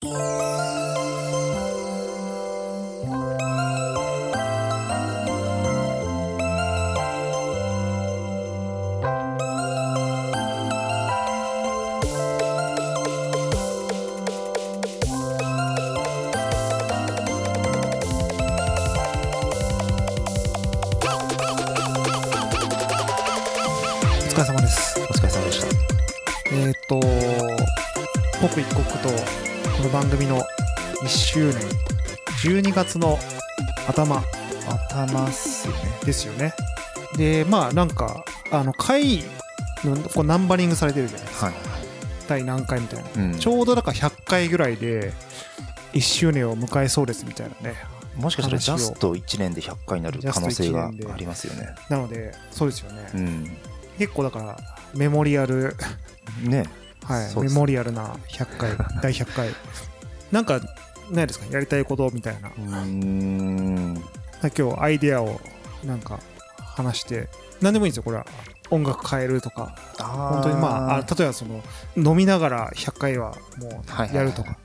お疲れ様です。 お疲れ様でした。 刻一刻とこの番組の1周年、12月の頭っすね。 ですよね。で、まあなんか回のこうナンバリングされてるじゃないですか。 はい。 第何回みたいな、 うん、 ちょうどだから100回ぐらいで1周年を迎えそうですみたいなね。 もしかしたらジャスト1年で100回になる可能性がありますよね。 なのでそうですよね。 うん、 結構だからメモリアルね、 はい、メモリアルな100回第100回なんかないですか、やりたいことみたいな。今日アイデアをなんか話して、何でもいいんですよこれは。音楽変えるとか、本当にまあ例えばその飲みながら100回はもうやるとか、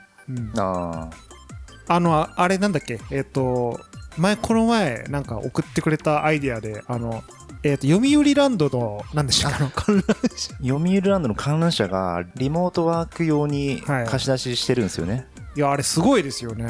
あれなんだっけ、この前なんか送ってくれたアイデアで読売ランドの何でしたっけ、観覧車、読売ランドの観覧車がリモートワーク用に貸し出ししてるんですよね。 いやあれすごいですよね。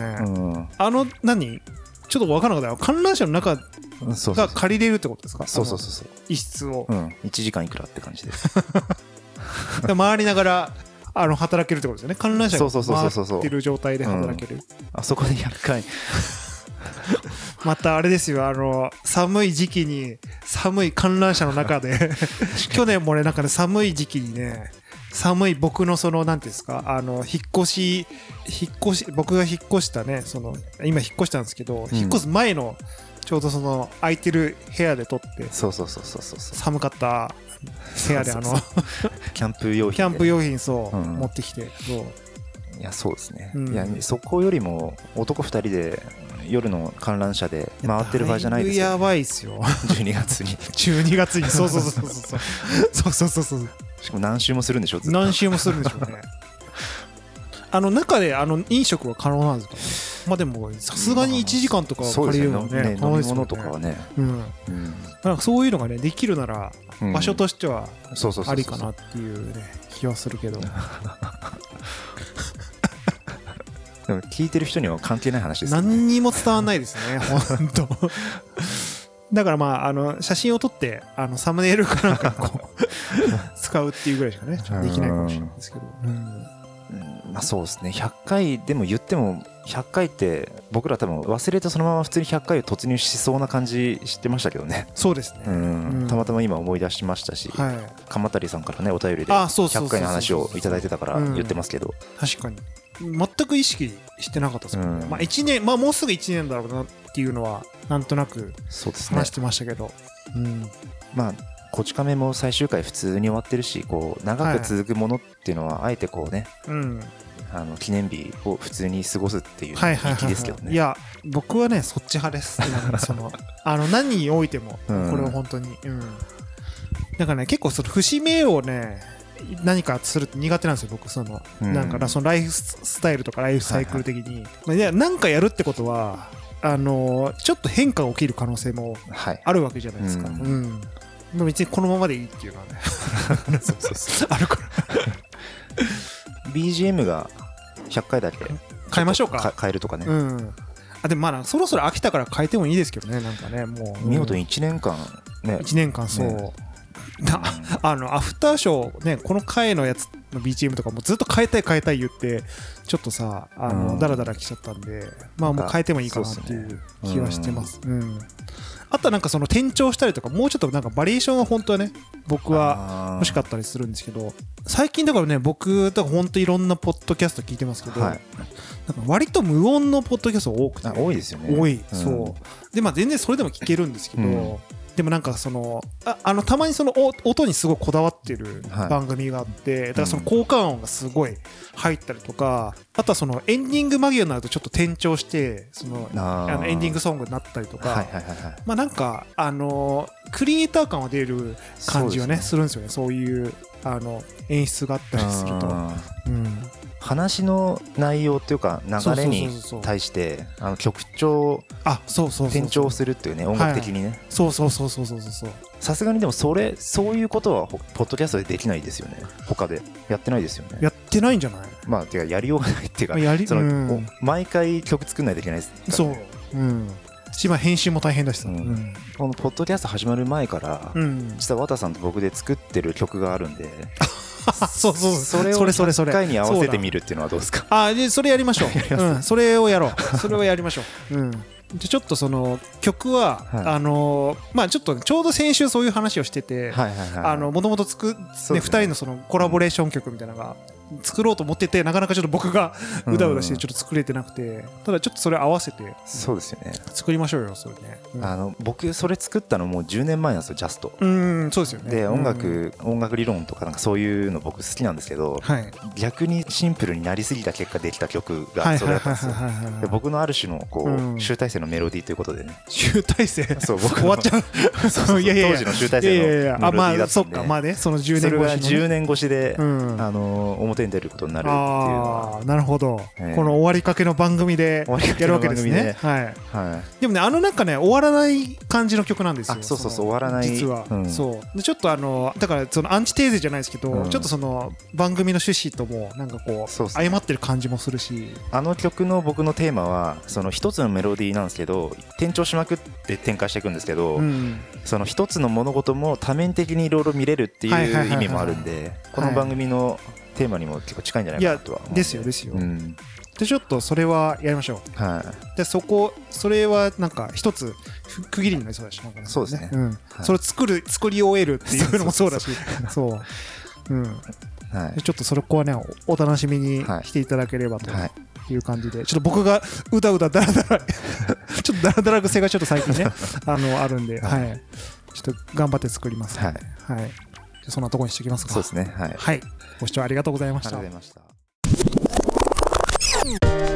ちょっと分からなかった。観覧車の中が借りれるってことですか？ そう一室を、 1時間いくらって感じで回りながら働けるってことですよね。観覧車が回ってる状態で働ける。 あそこで100回またあれですよ、寒い時期に寒い観覧車の中で去年もね、なんかね、寒い時期にね、寒い僕のそのなんていうんですか、引っ越し僕が引っ越したね、今引っ越したんですけど、引っ越す前のちょうどその空いてる部屋で撮って、寒かった部屋でキャンプ用品持ってきて、 いやそうですね、いやそこよりも男2人で夜の観覧車で回ってる場合じゃないですよ、 やばいっすよ 12月にそうしかも何周もするんでしょ。 何周もするんでしょうね中で飲食は可能なんですかね。まあでもさすがに1時間とか借りるのね、 飲み物とかはね、 なんかそういうのがねできるなら場所としてはありかなっていうね気はするけどでも聞いてる人には関係ない話ですね。 何にも伝わんないですね本当だからまあ写真を撮ってサムネイルかなんかにこう使うっていうぐらいしかねできないかもしれないですけど、 まあそうですね。100回でも言っても100回って僕ら多分忘れてそのまま普通に100回を突入しそうな感じしてましたけどね。 そうですね、 たまたま今思い出しましたし、鎌足さんからねお便りで100回の話をいただいてたから言ってますけど、 確かに全く意識してなかったですもんね。まあ1年、まあもうすぐ1年だろうなっていうのはなんとなく話してましたけど、 まあこち亀も最終回普通に終わってるし、こう長く続くものっていうのはあえてこうね、記念日を普通に過ごすっていう人気ですけどね。 いや僕はねそっち派です。何においてもこれは本当に、だからね結構その節目をね何かするって苦手なんですよ僕。なんかそのライフスタイルとかライフサイクル的に、なんかやるってことはちょっと変化が起きる可能性もあるわけじゃないですか。別にこのままでいいっていうのはねあるから BGM が100回だけ変えましょうか。 変えるとかね。 でもまだそろそろ飽きたから変えてもいいですけどね。なんかねもう見事に1年間ね。 1年間そう。アフターショーね、この回のやつの BGM とかもずっと変えたい言ってちょっとさダラダラ来ちゃったんで、まあもう変えてもいいかなっていう気はしてます。あとはなんかその転調したりとかもうちょっとなんかバリエーションは本当はね僕は欲しかったりするんですけど、最近だからね僕とか本当いろんなポッドキャスト聞いてますけど、なんか割と無音のポッドキャスト多くて、 多いですよね。 多い、そうでまあ全然それでも聞けるんですけど、でもなんかそのたまにその音にすごいこだわってる番組があって、だからその効果音がすごい入ったりとか、あとはそのエンディング間際になるとちょっと転調してそのエンディングソングになったりとか、まあなんかクリエイター感は出る感じはねするんですよね。そういう演出があったりすると、 話の内容というか流れに対して曲調転調するっていうね、音楽的にね。 そうさすがにでもそういうことはポッドキャストでできないですよね。他でやってないですよね。 やってないんじゃない？ まあてかやりようがないっていうか、毎回曲作んないといけないですからね。 そう。今編集も大変だしさ、 このポッドキャスト始まる前から、実は和田さんと僕で作ってる曲があるんでそれを 100回に合わせてみるっていうのはどうですか？ それやりましょうそれをやろう。それをやりましょう。ちょっとその曲は、まあちょっとちょうど先週そういう話をしてて、もともと2人のそのコラボレーション曲みたいなのが作ろうと思ってて、なかなかちょっと僕がうだうだしてちょっと作れてなくて、ただちょっとそれ合わせてそうですよね、 作りましょうよそれね。 僕それ作ったのもう10年前なんですよ、ジャスト。 そうですよね。 で音楽理論とかなんかそういうの僕好きなんですけど、逆にシンプルになりすぎた結果できた曲がそれだったんですよ。で僕のある種のこう集大成のメロディーということでね。 集大成？ そう僕終わっちゃう。 当時の集大成のメロディーだったんで。 まあそっか、まあね、その10年越しそれが10年越しで表に出ることになるっていうのは。 なるほど。この終わりかけの番組でやるわけですね。でもね、なんかね終わらない感じの曲なんですよ。 そう終わらない。 実はそうちょっとだからそのアンチテーゼじゃないですけど、ちょっとその番組の趣旨ともなんかこう相まってる感じもするし、 曲の僕のテーマはその一つのメロディーなんですけど、転調しまくって展開していくんですけど、その一つの物事も多面的にいろいろ見れるっていう意味もあるんで、この番組のテーマにも結構近いんじゃないかなとは思う。 ですよ。でちょっとそれはやりましょう。でそれはなんか一つ区切りになりそうだし、なんかね。 そうですね。 それを作り終えるっていうのもそうだし、そうちょっとそれこはねお楽しみにしていただければという感じで、ちょっと僕がうだうだだらだらちょっとだらだら癖がちょっと最近ねあるんで、ちょっと頑張って作ります。そんなところにしておきますか。 そうですね。 ご視聴ありがとうございました。 ありがとうございました。